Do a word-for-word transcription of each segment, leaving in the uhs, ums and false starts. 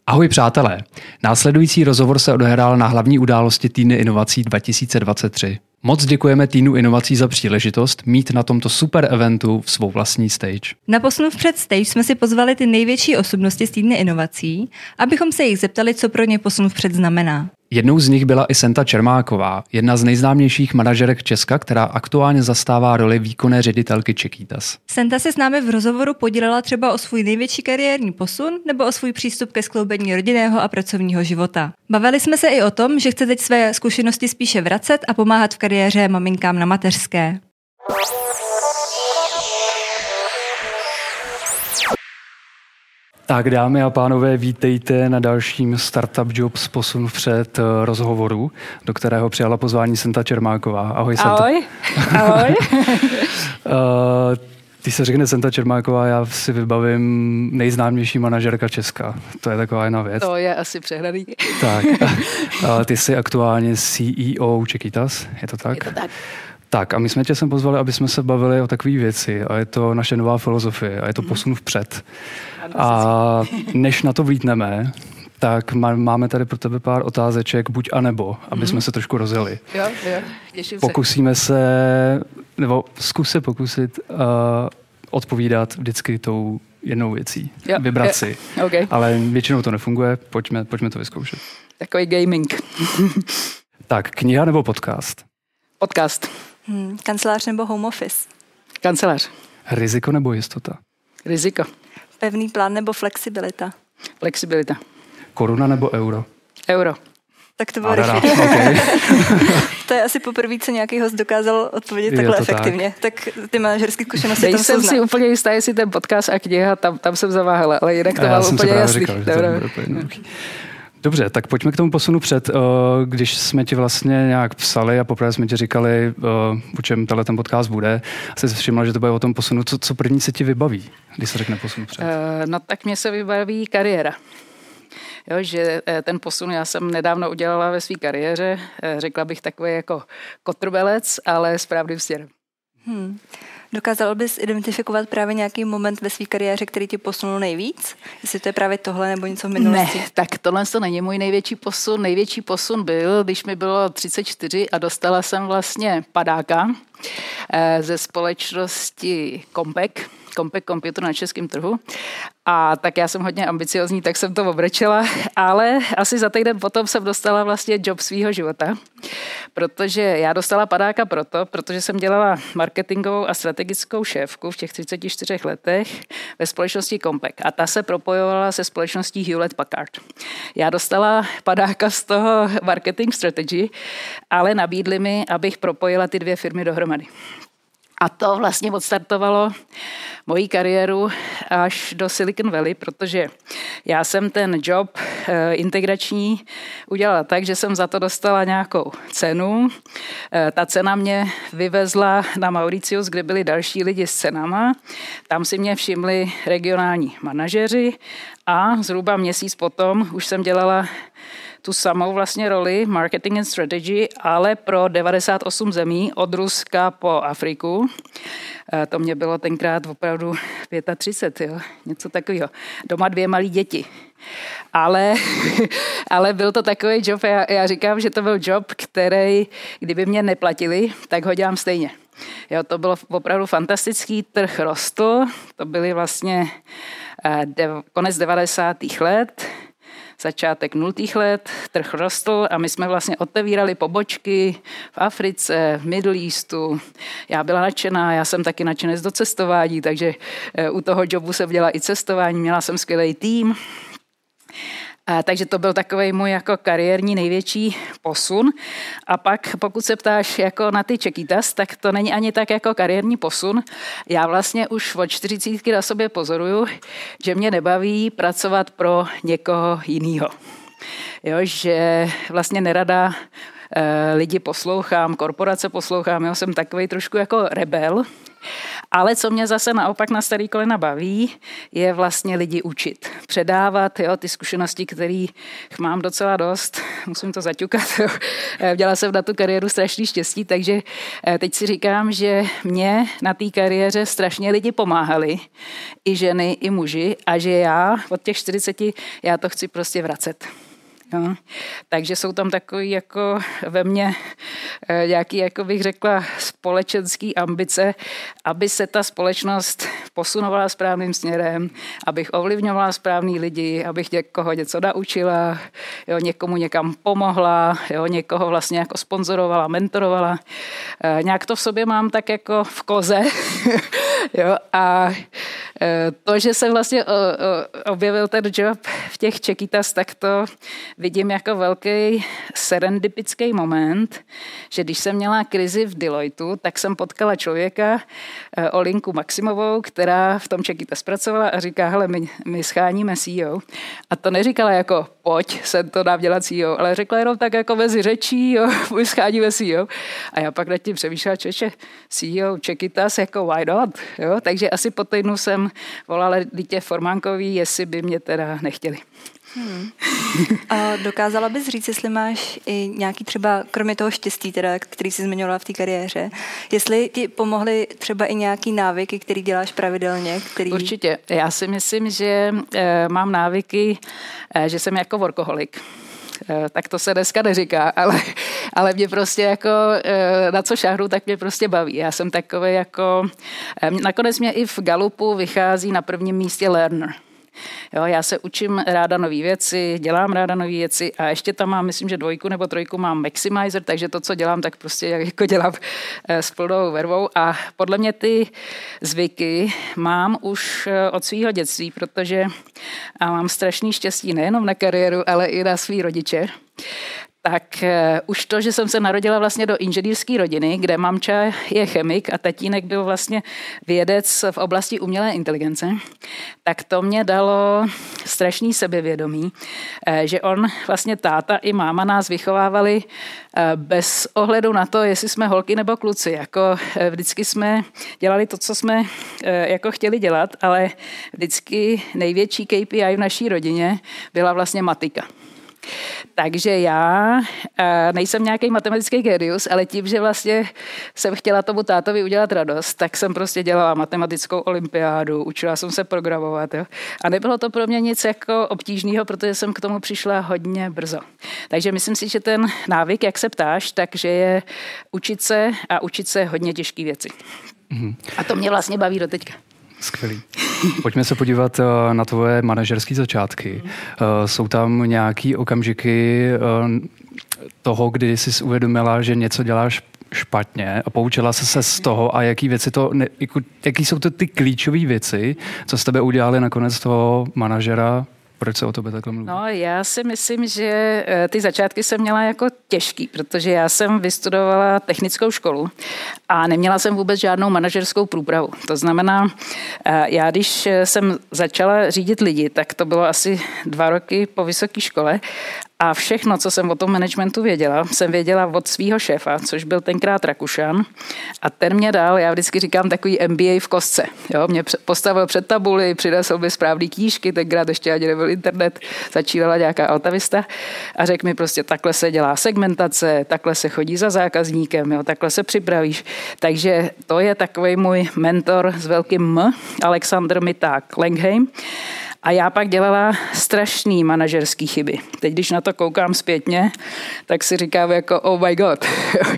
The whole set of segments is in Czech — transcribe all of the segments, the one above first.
Ahoj přátelé, následující rozhovor se odehrál na hlavní události Týdny inovací dva tisíce dvacet tři. Moc děkujeme Týdnu inovací za příležitost mít na tomto super eventu svou vlastní stage. Na Posun vpřed stage jsme si pozvali ty největší osobnosti z Týdny inovací, abychom se jich zeptali, co pro ně Posun vpřed znamená. Jednou z nich byla i Senta Čermáková, jedna z nejznámějších manažerek Česka, která aktuálně zastává roli výkonné ředitelky Čekytas. Senta se s námi v rozhovoru podělila třeba o svůj největší kariérní posun nebo o svůj přístup ke skloubení rodinného a pracovního života. Bavili jsme se i o tom, že chce teď své zkušenosti spíše vracet a pomáhat v kariéře maminkám na mateřské. Tak dámy a pánové, vítejte na dalším Startup Jobs Posun vpřed rozhovoru, do kterého přijala pozvání Senta Čermáková. Ahoj, Senta. Ahoj. Ahoj. uh, Když se řekne Senta Čermáková, já si vybavím nejznámější manažerka Česka. To je taková jedna věc. To je asi přehnaný. Tak. Uh, ty jsi aktuálně C E O Čekytas, je to tak? Je to tak. Tak a my jsme tě sem pozvali, aby jsme se bavili o takové věci a je to naše nová filozofie a je to posun vpřed. A než na to vlítneme, tak máme tady pro tebe pár otázeček, buď a nebo, aby jsme se trošku rozjeli. Jo, jo, těším se. Pokusíme se, nebo zkus se pokusit uh, odpovídat vždycky tou jednou věcí. Jo, vybrat jo. si. Okay. Ale většinou to nefunguje, pojďme, pojďme to vyzkoušet. Takový gaming. Tak, kniha nebo podcast? Podcast. Hmm, kancelář nebo home office? Kancelář. Riziko nebo jistota? Riziko. Pevný plán nebo flexibilita? Flexibilita. Koruna nebo euro? Euro. Tak to bylo Adara, rychle. okay. To je asi poprvé, co nějaký host dokázal odpovědět Je takhle to efektivně. Tak. tak ty manažerské zkušenosti tam Nejsem jsou si úplně jistá, jestli ten podcast a kniha, tam, tam jsem zaváhala, ale jinak to já mám jsem úplně právě jasný. říkal, že to bude úplně jednoduchý. Dobře, tak pojďme k tomu posunu před. Když jsme ti vlastně nějak psali a poprvé jsme ti říkali, o čem tenhle ten podcast bude, jsi si všimla, že to bude o tom posunu. Co, co první se ti vybaví, když se řekne posunu před? Uh, no tak mě se vybaví kariéra. Jo, že ten posun já jsem nedávno udělala ve své kariéře, řekla bych takový jako kotrmelec, ale správným směrem. Hmm. Dokázal bys identifikovat právě nějaký moment ve své kariéře, který ti posunul nejvíc? Jestli to je právě tohle nebo něco v minulosti? Ne, tak tohle to není můj největší posun. Největší posun byl, když mi bylo třicet čtyři a dostala jsem vlastně padáka ze společnosti Compaq, Compaq Computer na českém trhu. A tak já jsem hodně ambiciozní, tak jsem to obrečela, ale asi za týden potom jsem dostala vlastně job svýho života, protože já dostala padáka proto, protože jsem dělala marketingovou a strategickou šéfku v těch třiceti čtyřech letech ve společnosti Compaq a ta se propojovala se společností Hewlett Packard. Já dostala padáka z toho marketing strategy, ale nabídli mi, abych propojila ty dvě firmy dohromady. A to vlastně odstartovalo moji kariéru až do Silicon Valley, protože já jsem ten job e, integrační udělala tak, že jsem za to dostala nějakou cenu. E, ta cena mě vyvezla na Mauritius, kde byli další lidi s cenama. Tam si mě všimli regionální manažeři a zhruba měsíc potom už jsem dělala tu samou vlastně roli marketing and strategy, ale pro devadesát osm zemí od Ruska po Afriku. To mě bylo tenkrát opravdu třicet pět, jo? Něco takového. Doma dvě malí děti. Ale, ale byl to takový job, já, já říkám, že to byl job, který, kdyby mě neplatili, tak ho dělám stejně. Jo, to bylo opravdu fantastický, trh rostl, to byly vlastně dev, konec devadesátých let, začátek nultých let, trh rostl a my jsme vlastně otevírali pobočky v Africe, v Middle Eastu. Já byla nadšená, já jsem taky nadšenec do cestování, takže u toho jobu jsem dělala i cestování, měla jsem skvělý tým. A, takže to byl takovej můj jako kariérní největší posun. A pak, pokud se ptáš jako na ty Čekytas, tak to není ani tak jako kariérní posun. Já vlastně už od čtyřicítky na sobě pozoruju, že mě nebaví pracovat pro někoho jinýho. Jo, že vlastně nerada lidi poslouchám, korporace poslouchám, jo, jsem takovej trošku jako rebel. Ale co mě zase naopak na starý kolena baví, je vlastně lidi učit, předávat, jo, ty zkušenosti, které mám docela dost, musím to zaťukat, jo. Dělala jsem na tu kariéru strašný štěstí, takže teď si říkám, že mě na té kariéře strašně lidi pomáhali, i ženy, i muži, a že já od těch čtyřiceti, já to chci prostě vracet. Jo. Takže jsou tam takový jako ve mně nějaký, jako bych řekla, společenský ambice, aby se ta společnost posunovala správným směrem, abych ovlivňovala správný lidi, abych někoho něco naučila, jo, někomu někam pomohla, jo, někoho vlastně jako sponzorovala, mentorovala. E, nějak to v sobě mám tak jako v koze. Jo, a to, že se vlastně objevil ten job v těch Čekytas, tak to vidím jako velký serendipický moment, že když jsem měla krizi v Deloitu, tak jsem potkala člověka, Olinku Maximovou, která v tom Čekytas pracovala a říká, hele, my, my scháníme C E O. A to neříkala jako, pojď, jsem to dám dělat C E O, ale řekla jenom tak jako mezi řečí, jo, my scháníme C E O. A já pak nad tím přemýšlela, čeče, C E O Čekytas, jako why not? Jo, takže asi po týdnu jsem volala dítě Formánkový, jestli by mě teda nechtěli. Hmm. A dokázala bys říct, jestli máš i nějaký třeba, kromě toho štěstí, teda, který jsi zmiňovala v té kariéře, jestli ti pomohly třeba i nějaký návyky, který děláš pravidelně? Který... Určitě. Já si myslím, že e, mám návyky, e, že jsem jako workoholik. Tak to se dneska neříká, ale, ale mě prostě jako, na co šáhnu, tak mě prostě baví. Já jsem takový jako, nakonec mě i v Gallupu vychází na prvním místě learner. Jo, já se učím ráda nový věci, dělám ráda nový věci a ještě tam mám, myslím, že dvojku nebo trojku mám maximizer, takže to, co dělám, tak prostě jako dělám s plnou vervou a podle mě ty zvyky mám už od svého dětství, protože mám strašný štěstí nejenom na kariéru, ale i na svý rodiče. Tak uh, už to, že jsem se narodila vlastně do inženýrské rodiny, kde mamča je chemik a tatínek byl vlastně vědec v oblasti umělé inteligence, tak to mě dalo strašný sebevědomí, uh, že on, vlastně táta i máma nás vychovávali uh, bez ohledu na to, jestli jsme holky nebo kluci. Jako uh, vždycky jsme dělali to, co jsme uh, jako chtěli dělat, ale vždycky největší K P I v naší rodině byla vlastně matika. Takže já nejsem nějaký matematický génius, ale tím, že vlastně jsem chtěla tomu tátovi udělat radost, tak jsem prostě dělala matematickou olympiádu, učila jsem se programovat. Jo? A nebylo to pro mě nic jako obtížného, protože jsem k tomu přišla hodně brzo. Takže myslím si, že ten návyk, jak se ptáš, takže je učit se a učit se hodně těžké věci. Mm-hmm. A to mě vlastně baví do teďka. Skvělý. Pojďme se podívat na tvoje manažerské začátky. Jsou tam nějaký okamžiky toho, kdy jsi uvědomila, že něco děláš špatně a poučila jsi se z toho a jaký věci to, jaký jsou to ty klíčové věci, co z tebe udělali nakonec toho manažera? Proč se o tobě takhle mluví? No, já si myslím, že ty začátky jsem měla jako těžký, protože já jsem vystudovala technickou školu a neměla jsem vůbec žádnou manažerskou průpravu. To znamená, já když jsem začala řídit lidi, tak to bylo asi dva roky po vysoké škole a všechno, co jsem o tom managementu věděla, jsem věděla od svého šéfa, což byl tenkrát Rakušan. A ten mě dal, já vždycky říkám, takový M B A v kostce. Jo, mě postavil před tabuli, přinesl mi správný knížky, tenkrát ještě ani nebyl internet, začínala nějaká Altavista a řekl mi prostě, takhle se dělá segmentace, takhle se chodí za zákazníkem, jo, takhle se připravíš. Takže to je takový můj mentor s velkým M, Alexander Miták Langheim. A já pak dělala strašný manažerský chyby. Teď, když na to koukám zpětně, tak si říkám jako oh my god.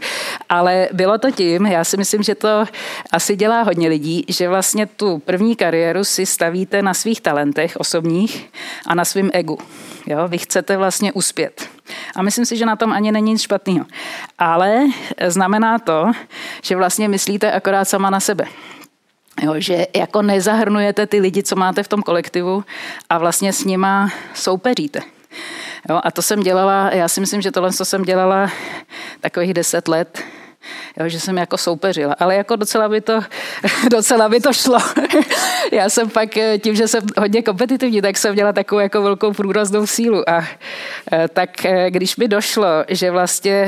Ale bylo to tím, já si myslím, že to asi dělá hodně lidí, že vlastně tu první kariéru si stavíte na svých talentech osobních a na svém egu. Jo? Vy chcete vlastně uspět. A myslím si, že na tom ani není nic špatného. Ale znamená to, že vlastně myslíte akorát sama na sebe. Jo, že jako nezahrnujete ty lidi, co máte v tom kolektivu a vlastně s nima soupeříte. Jo, a to jsem dělala, já si myslím, že tohle co jsem dělala takových deset let, jo, že jsem jako soupeřila, ale jako docela by to, docela by to šlo. Já jsem pak tím, že jsem hodně kompetitivní, tak jsem měla takovou jako velkou průraznou sílu a tak když mi došlo, že vlastně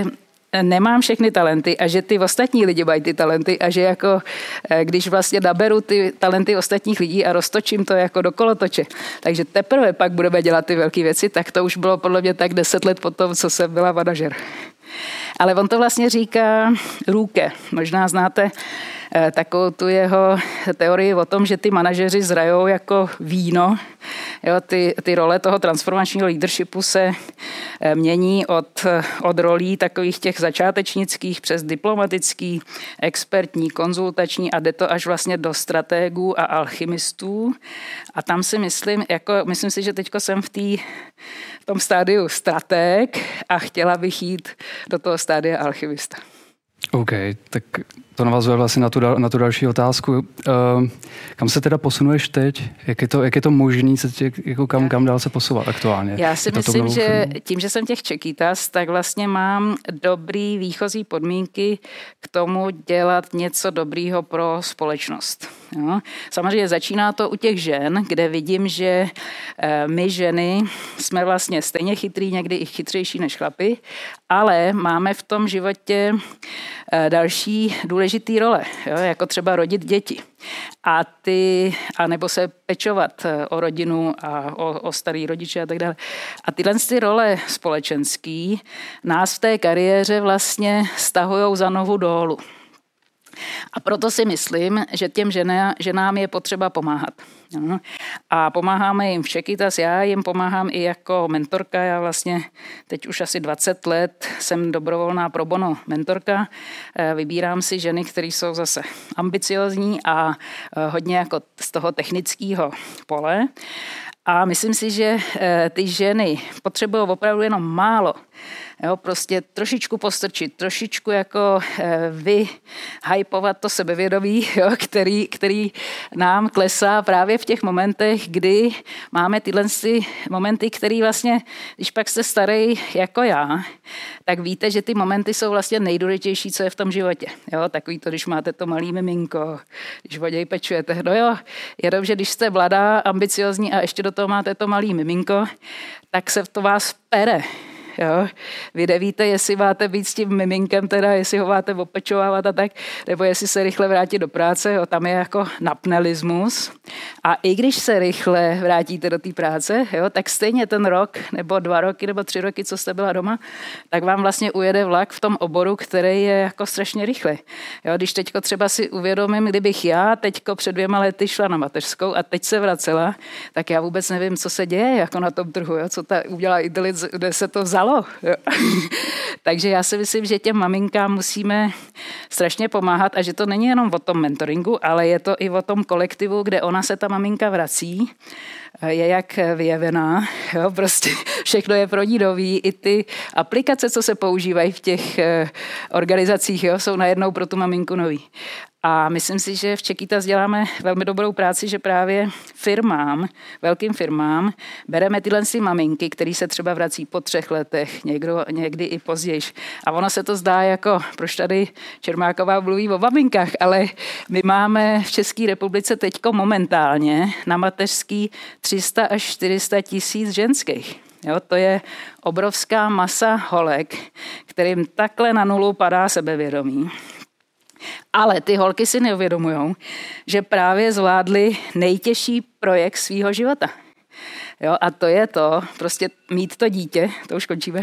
nemám všechny talenty a že ty ostatní lidi mají ty talenty a že jako když vlastně naberu ty talenty ostatních lidí a roztočím to jako do kolotoče, takže teprve pak budeme dělat ty velké věci, tak to už bylo podle mě tak deset let po tom, co jsem byla manažer. Ale on to vlastně říká Růke. Možná znáte takovou tu jeho teorii o tom, že ty manažeři zrajou jako víno. Jo, ty, ty role toho transformačního leadershipu se mění od, od rolí takových těch začátečnických přes diplomatický, expertní, konzultační a jde to až vlastně do strategů a alchymistů. A tam si myslím, jako, myslím si, že teďko jsem v, tý, v tom stádiu stratég a chtěla bych jít do toho stádia alchymista. OK, tak to navazuje vlastně na tu, na tu další otázku. Uh, kam se teda posunuješ teď? Jak je to, jak je to možný, se tě, jako kam, kam dál se posouvat aktuálně? Já si myslím, že firmu? tím, že jsem těch Čekytas, tak vlastně mám dobrý výchozí podmínky k tomu dělat něco dobrýho pro společnost. Jo? Samozřejmě začíná to u těch žen, kde vidím, že my ženy jsme vlastně stejně chytrý, někdy i chytřejší než chlapi, ale máme v tom životě další důležitý role, jo? Jako třeba rodit děti. A ty, a nebo se pečovat o rodinu a o, o starý rodiče a tak dále. A tyhle ty role společenský nás v té kariéře vlastně stahujou za nohu dolů. A proto si myslím, že těm ženám, ženám je potřeba pomáhat. A pomáháme jim v Čekytas, já jim pomáhám i jako mentorka, já vlastně teď už asi dvacet let jsem dobrovolná pro bono mentorka, vybírám si ženy, které jsou zase ambiciozní a hodně jako z toho technického pole. A myslím si, že ty ženy potřebují opravdu jenom málo. Jo, prostě trošičku postrčit, trošičku jako vyhypovat to sebevědomí, jo, který, který nám klesá právě v těch momentech, kdy máme tyhle momenty, které vlastně, když pak jste starý jako já, tak víte, že ty momenty jsou vlastně nejdůležitější, co je v tom životě. Jo, takový to, když máte to malý miminko, když o něj pečujete. No jo, jenom, že když jste mladá, ambiciozní a ještě do toho máte to malý miminko, tak se to vás pere. Jo? Vy nevíte, jestli máte být s tím miminkem, teda jestli ho máte opečovávat a tak, nebo jestli se rychle vrátit do práce, jo? Tam je jako napnelismus. A i když se rychle vrátíte do té práce, jo? Tak stejně ten rok, nebo dva roky, nebo tři roky, co jste byla doma, tak vám vlastně ujede vlak v tom oboru, který je jako strašně rychlý. Jo? Když teďko třeba si uvědomím, kdybych já teďko před dvěma lety šla na mateřskou a teď se vracela, tak já vůbec nevím, co se děje jako na tom trhu, jo? Co ta udělá inteligence, kde se to vzalo. Takže já si myslím, že těm maminkám musíme strašně pomáhat a že to není jenom o tom mentoringu, ale je to i o tom kolektivu, kde ona se ta maminka vrací, je jak vyjevená, jo, prostě všechno je pro ní nový, i ty aplikace, co se používají v těch organizacích, jo, jsou najednou pro tu maminku nový. A myslím si, že v Čekytas děláme velmi dobrou práci, že právě firmám, velkým firmám, bereme tyhle si maminky, který se třeba vrací po třech letech, někdo, někdy i později. A ono se to zdá jako, proč tady Čermáková mluví o maminkách, ale my máme v České republice teďko momentálně na mateřský tři sta až čtyři sta tisíc ženských. Jo, to je obrovská masa holek, kterým takhle na nulu padá sebevědomí. Ale ty holky si neuvědomujou, že právě zvládly nejtěžší projekt svýho života. Jo, a to je to, prostě mít to dítě, to už končíme,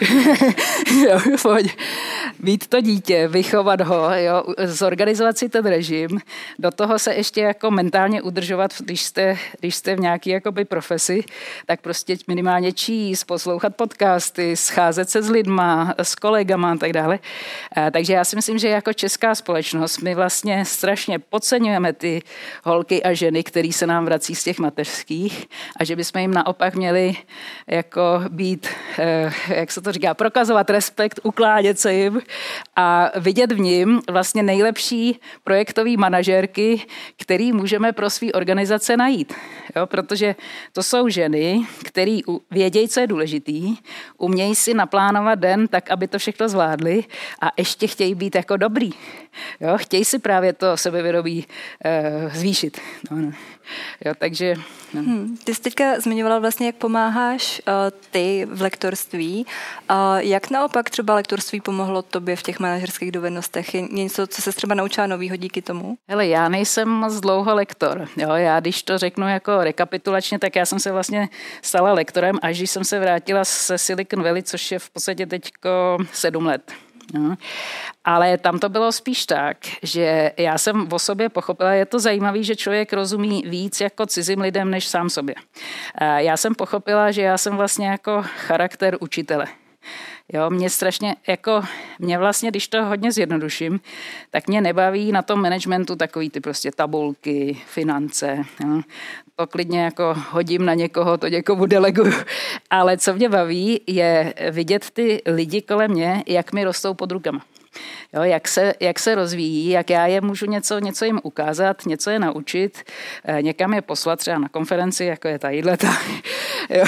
jo, mít to dítě, vychovat ho, jo, zorganizovat si ten režim, do toho se ještě jako mentálně udržovat, když jste, když jste v nějaké jakoby profesi, tak prostě minimálně číst, poslouchat podcasty, scházet se s lidma, s kolegama a tak dále. A, takže já si myslím, že jako česká společnost my vlastně strašně podceňujeme ty holky a ženy, který se nám vrací z těch mateřských a že bychom jim naopak měli jako být, jak se to říká, prokazovat respekt, uklánět se jim a vidět v ním vlastně nejlepší projektový manažérky, který můžeme pro svý organizace najít. Jo, protože to jsou ženy, který vědějí, co je důležitý, umějí si naplánovat den tak, aby to všechno zvládli a ještě chtějí být jako dobrý. Jo, chtějí si právě to sebevědomí uh, zvýšit. No, no. Jo, takže... No. Hmm, ty jsi teďka zmiňovala vlastně, jak pomáháš uh, ty v lektoru lektorství. Jak naopak třeba lektorství pomohlo tobě v těch manažerských dovednostech? Je něco, co se třeba naučila novýho díky tomu? Hele, já nejsem moc dlouho lektor. Jo, já když to řeknu jako rekapitulačně, tak já jsem se vlastně stala lektorem, až když jsem se vrátila se Silicon Valley, což je v podstatě teďko sedm let. No. Ale tam to bylo spíš tak, že já jsem o sobě pochopila, je to zajímavé, že člověk rozumí víc jako cizím lidem, než sám sobě. Já jsem pochopila, že já jsem vlastně jako charakter učitele. Jo, mě strašně, jako, mě vlastně, když to hodně zjednoduším, tak mě nebaví na tom managementu takový ty prostě tabulky, finance, jo. To klidně jako hodím na někoho, to někomu deleguju. Ale co mě baví, je vidět ty lidi kolem mě, jak mi rostou pod rukama. Jo, jak, se, jak se rozvíjí, jak já je můžu něco, něco jim ukázat, něco je naučit, někam je poslat třeba na konferenci, jako je tadyhleta. Jo.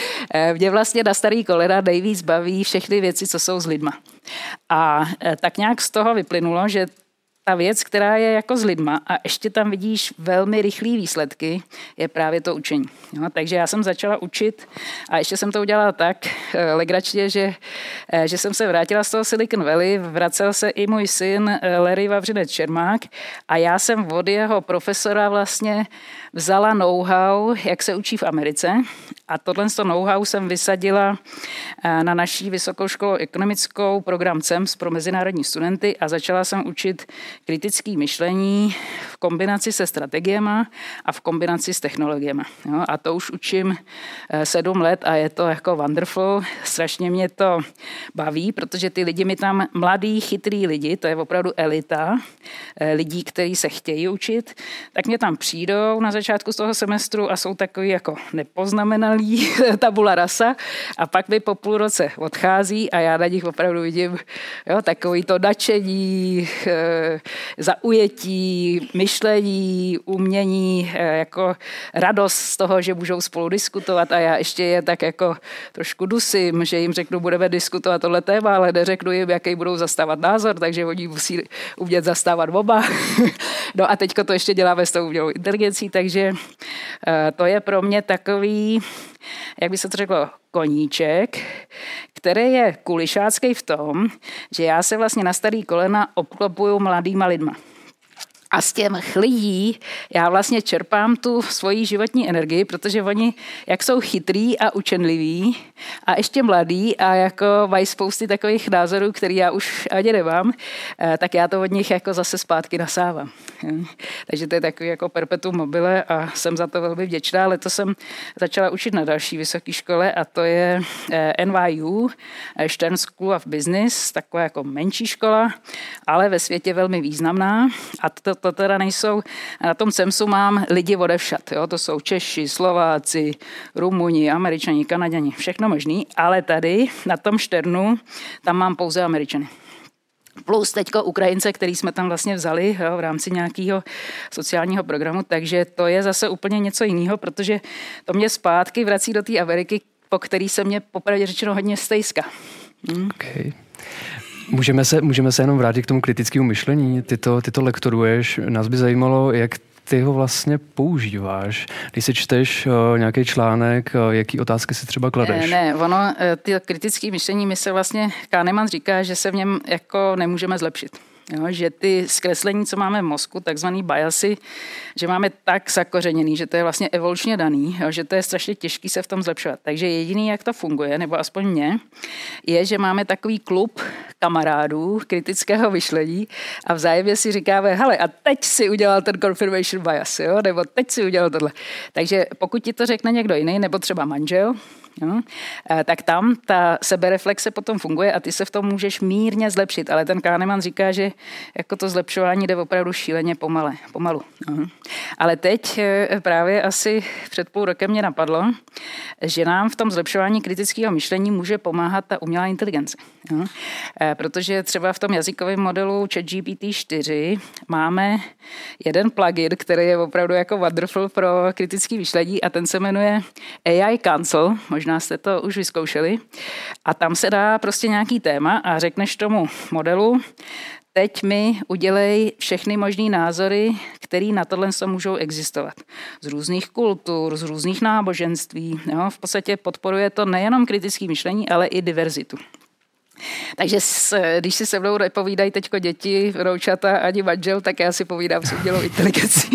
Mě vlastně na starý kolena nejvíc baví všechny věci, co jsou s lidma. A tak nějak z toho vyplynulo, že ta věc, která je jako s lidma a ještě tam vidíš velmi rychlý výsledky, je právě to učení. Jo, takže já jsem začala učit a ještě jsem to udělala tak legračně, že, že jsem se vrátila z toho Silicon Valley, vracel se i můj syn Larry Vavřinec-Čermák a já jsem od jeho profesora vlastně vzala know-how, jak se učí v Americe a tohle know-how jsem vysadila na naší vysokou školu ekonomickou, program C E M S pro mezinárodní studenty a začala jsem učit kritické myšlení v kombinaci se strategiemi a v kombinaci s technologiemi. Jo, a to už učím sedm let a je to jako wonderful. Strašně mě to baví, protože ty lidi mi tam, mladí, chytrý lidi, to je opravdu elita lidí, kteří se chtějí učit, tak mě tam přijdou na začátku z toho semestru a jsou takový jako nepoznamenalý tabula rasa a pak mi po půl roce odchází a já na nich opravdu vidím jo, takový to nadšení, zaujetí, myšlení, umění, jako radost z toho, že můžou spolu diskutovat a já ještě je tak jako trošku dusím, že jim řeknu, budeme diskutovat tohle téma, ale neřeknu jim, jaký budou zastávat názor, takže oni musí umět zastávat oba. No a teďko to ještě děláme s tou umělou inteligencí, takže to je pro mě takový, jak by se to řeklo, koníček, který je kulišácký v tom, že já se vlastně na starý kolena obklopuju mladýma lidma. A z těch lidí já vlastně čerpám tu svoji životní energii, protože oni, jak jsou chytrý a učenliví a ještě mladí a jako mají spousty takových názorů, který já už ani nemám, tak já to od nich jako zase zpátky nasávám. Takže to je takový jako perpetuum mobile a jsem za to velmi vděčná. Letos jsem začala učit na další vysoké škole a to je N Y U, Stern School of Business, taková jako menší škola, ale ve světě velmi významná. A to To teda nejsou, na tom C E M S u mám lidi odevšad, jo? To jsou Češi, Slováci, Rumuni, Američani, Kanaďani, všechno možný, ale tady na tom Šternu, tam mám pouze Američany. Plus teďko Ukrajince, který jsme tam vlastně vzali jo, v rámci nějakého sociálního programu, takže to je zase úplně něco jiného, protože to mě zpátky vrací do té Ameriky, po který se mě popravdě řečeno hodně stejská. Hm? Okay. Můžeme se, můžeme se jenom vrátit k tomu kritickému myšlení. Ty to, ty to lektoruješ. Nás by zajímalo, jak ty ho vlastně používáš. Když si čteš uh, nějaký článek, uh, jaký otázky si třeba kladeš? Ne, ne, ono, ty kritické myšlení, mi se vlastně Kahneman říká, že se v něm jako nemůžeme zlepšit. Jo, že ty zkreslení, co máme v mozku, takzvaný biasy, že máme tak zakořeněný, že to je vlastně evolučně daný, jo, že to je strašně těžký se v tom zlepšovat. Takže jediný, jak to funguje, nebo aspoň mě, je, že máme takový klub kamarádů kritického myšlení a vzájemně si říkáme, hele, a teď si udělal ten confirmation bias, jo, nebo teď si udělal tohle. Takže pokud ti to řekne někdo jiný, nebo třeba manžel, jo, tak tam ta sebereflexe potom funguje a ty se v tom můžeš mírně zlepšit, ale ten Kahneman říká, že jako to zlepšování jde opravdu šíleně pomale, pomalu. Aha. Ale teď právě asi před půl rokem mě napadlo, že nám v tom zlepšování kritického myšlení může pomáhat ta umělá inteligence. Jo. Protože třeba v tom jazykovém modelu ChatGPT čtyři máme jeden plugin, který je opravdu jako wonderful pro kritické myšlení a ten se jmenuje A I Council, možná jste to už vyzkoušeli, a tam se dá prostě nějaký téma a řekneš tomu modelu, teď mi udělej všechny možný názory, které na tohle můžou existovat. Z různých kultur, z různých náboženství. Jo? V podstatě podporuje to nejenom kritické myšlení, ale i diverzitu. Takže když si se mnou nepovídají teďko děti, vnoučata ani manžel, tak já si povídám s umělou inteligencí.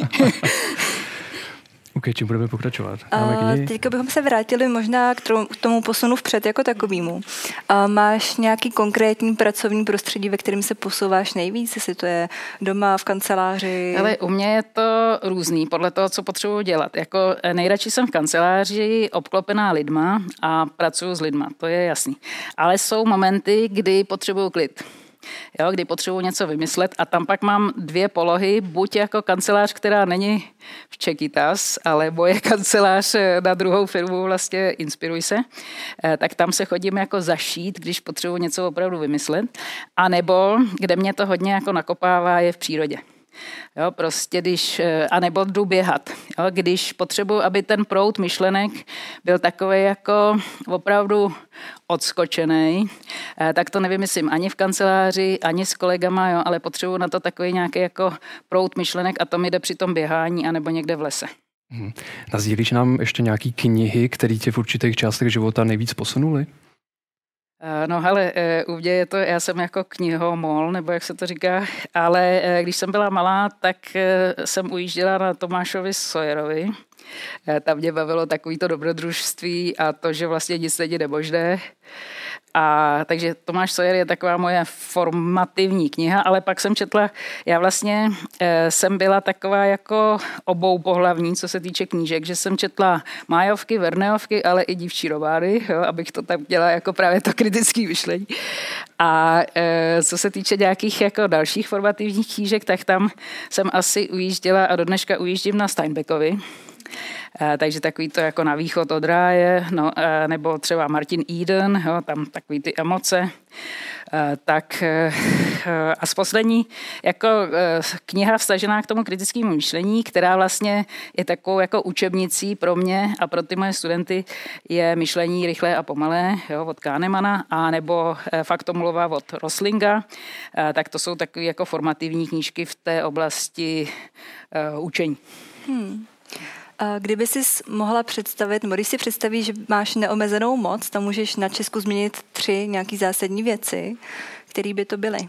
OK, čím budeme pokračovat? Uh, teďka bychom se vrátili možná k tomu, k tomu posunu vpřed jako takovému. Uh, máš nějaký konkrétní pracovní prostředí, ve kterém se posouváš nejvíc? Jestli to je doma, v kanceláři? Ale u mě je to různý, podle toho, co potřebuji dělat. Jako nejradši jsem v kanceláři obklopená lidma a pracuji s lidma, to je jasný. Ale jsou momenty, kdy potřebuji klid. Jo, kdy potřebuji něco vymyslet a tam pak mám dvě polohy, buď jako kancelář, která není v Čekytas, ale moje kancelář na druhou firmu vlastně Inspiruj se, tak tam se chodím jako zašít, když potřebuji něco opravdu vymyslet, a nebo kde mě to hodně jako nakopává je v přírodě. Jo, prostě když, a nebo jdu běhat. Jo, když potřebuji, aby ten proud myšlenek byl takový jako opravdu odskočený, tak to nevymyslím ani v kanceláři, ani s kolegama, jo, ale potřebuji na to takový nějaký jako proud myšlenek a to mi jde při tom běhání anebo někde v lese. Hmm. Nazdílíš nám ještě nějaký knihy, které tě v určitých částech života nejvíc posunuly? No hele, u mě je to, já jsem jako knihomol, nebo jak se to říká, ale když jsem byla malá, tak jsem ujížděla na Tomášovi Sawyerovi. Tam mě bavilo takovýto dobrodružství a to, že vlastně nic není nemožné. A takže Tomáš Sawyer je taková moje formativní kniha, ale pak jsem četla, já vlastně e, jsem byla taková jako oboupohlavní, co se týče knížek, že jsem četla májovky, verneovky, ale i dívčí romány, jo, abych to tam dělala jako právě to kritické myšlení. A e, co se týče nějakých jako dalších formativních knížek, tak tam jsem asi ujížděla a do dneška ujíždím na Steinbeckovi. Uh, takže takový to jako na východ od ráje, no, uh, nebo třeba Martin Eden, jo, tam takový ty emoce. Uh, tak uh, a z poslední jako uh, kniha vztažená k tomu kritickému myšlení, která vlastně je takovou jako učebnicí pro mě a pro ty moje studenty, je Myšlení rychlé a pomalé, jo, od Kahnemana, a nebo uh, Faktomlova od Roslinga. Uh, tak to jsou takové jako formativní knížky v té oblasti uh, učení. Hmm. Kdyby jsi mohla představit, nebo když si představíš, že máš neomezenou moc, tam můžeš na Česku změnit tři nějaký zásadní věci, které by to byly.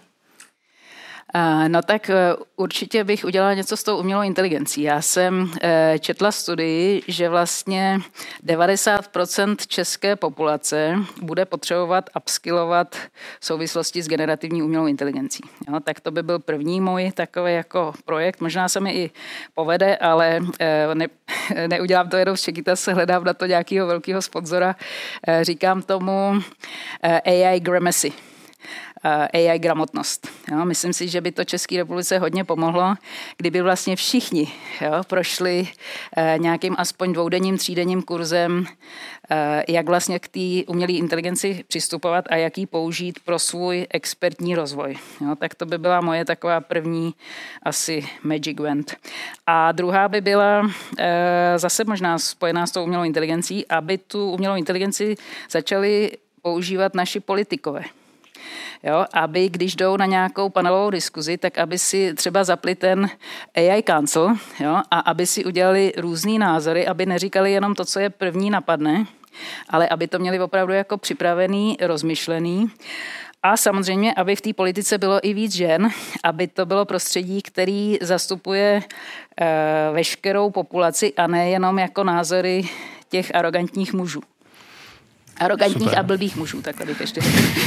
No tak určitě bych udělala něco s tou umělou inteligencí. Já jsem četla studii, že vlastně devadesát procent české populace bude potřebovat upskillovat v souvislosti s generativní umělou inteligencí. Jo, tak to by byl první můj takový jako projekt. Možná se mi i povede, ale ne, neudělám to jenom z Čekytas, hledám na to nějakého velkého sponzora. Říkám tomu A I Grammacy. A I gramotnost. Jo, myslím si, že by to České republice hodně pomohlo, kdyby vlastně všichni jo, prošli eh, nějakým aspoň dvoudenním, třídenním kurzem, eh, jak vlastně k té umělé inteligenci přistupovat a jak ji použít pro svůj expertní rozvoj. Jo, tak to by byla moje taková první asi magic wand. A druhá by byla eh, zase možná spojená s tou umělou inteligencí, aby tu umělou inteligenci začali používat naši politikové. Jo, aby když jdou na nějakou panelovou diskuzi, tak aby si třeba zapli ten A I Council, jo, a aby si udělali různý názory, aby neříkali jenom to, co je první napadne, ale aby to měli opravdu jako připravený, rozmyšlený. A samozřejmě, aby v té politice bylo i víc žen, aby to bylo prostředí, který zastupuje e, veškerou populaci a ne jenom jako názory těch arrogantních mužů. Arrogantních Super. A blbých mužů, takhle bych ještě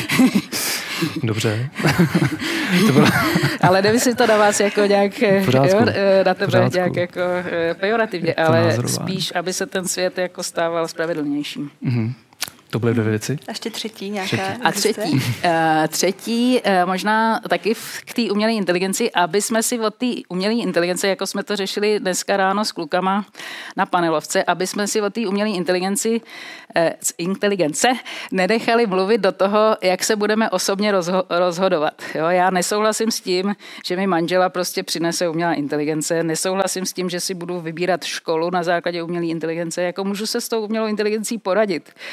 Dobře. To bylo... Ale nemyslím to na vás jako nějak, jo, na tebe nějak jako pejorativně, ale názorová. Spíš, aby se ten svět jako stával spravedlnějším. Mm-hmm. To byly dvě věci. A ještě třetí nějaká. Třetí. A třetí, uh, třetí uh, možná taky k té umělé inteligenci, aby jsme si od té umělé inteligence, jako jsme to řešili dneska ráno s klukama na panelovce, aby jsme si od té umělé inteligenci, uh, inteligence nenechali mluvit do toho, jak se budeme osobně rozho- rozhodovat. Jo? Já nesouhlasím s tím, že mi manžela prostě přinese umělá inteligence, nesouhlasím s tím, že si budu vybírat školu na základě umělé inteligence, jako můžu se s tou umělou inteligencí poradit, ale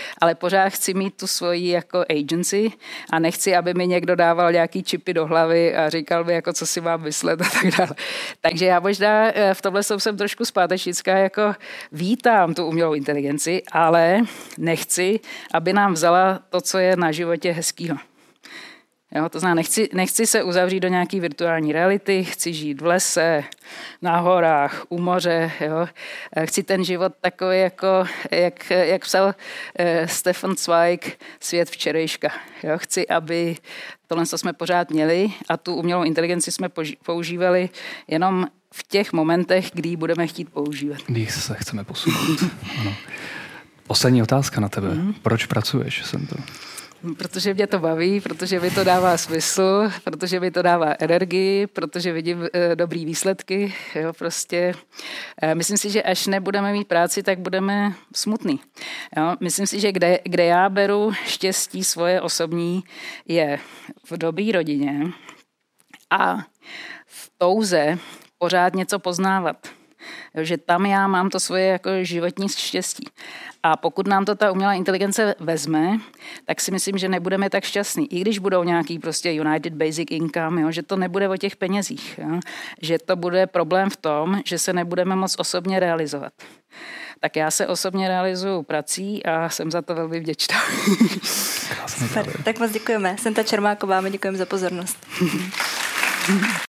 pořád chci mít tu svoji jako agency a nechci, aby mi někdo dával nějaký čipy do hlavy a říkal mi, jako co si mám myslet a tak dále. Takže já možná v tomhle jsem trošku zpátečnická, jako vítám tu umělou inteligenci, ale nechci, aby nám vzala to, co je na životě hezkýho. Jo, to znamená, nechci, nechci se uzavřít do nějaké virtuální reality, chci žít v lese, na horách, u moře. Jo. Chci ten život takový, jako, jak, jak psal eh, Stefan Zweig, svět včerejška. Jo. Chci, aby tohle jsme pořád měli a tu umělou inteligenci jsme používali jenom v těch momentech, kdy ji budeme chtít používat. Když se chceme posunout. Ano. Poslední otázka na tebe. Mm. Proč pracuješ, Sento? Protože mě to baví, protože mi to dává smysl, protože mi to dává energii, protože vidím e, dobrý výsledky. Jo, prostě. E, myslím si, že až nebudeme mít práci, tak budeme smutný. Jo, myslím si, že kde, kde já beru štěstí svoje osobní, je v dobrý rodině a v touze pořád něco poznávat. Jo, že tam já mám to svoje jako životní štěstí. A pokud nám to ta umělá inteligence vezme, tak si myslím, že nebudeme tak šťastní. I když budou nějaký prostě United Basic Income, jo, že to nebude o těch penězích. Jo, že to bude problém v tom, že se nebudeme moc osobně realizovat. Tak já se osobně realizuju prací a jsem za to velmi vděčná. Super, tak moc děkujeme. Senta Čermáková, my děkujeme za pozornost.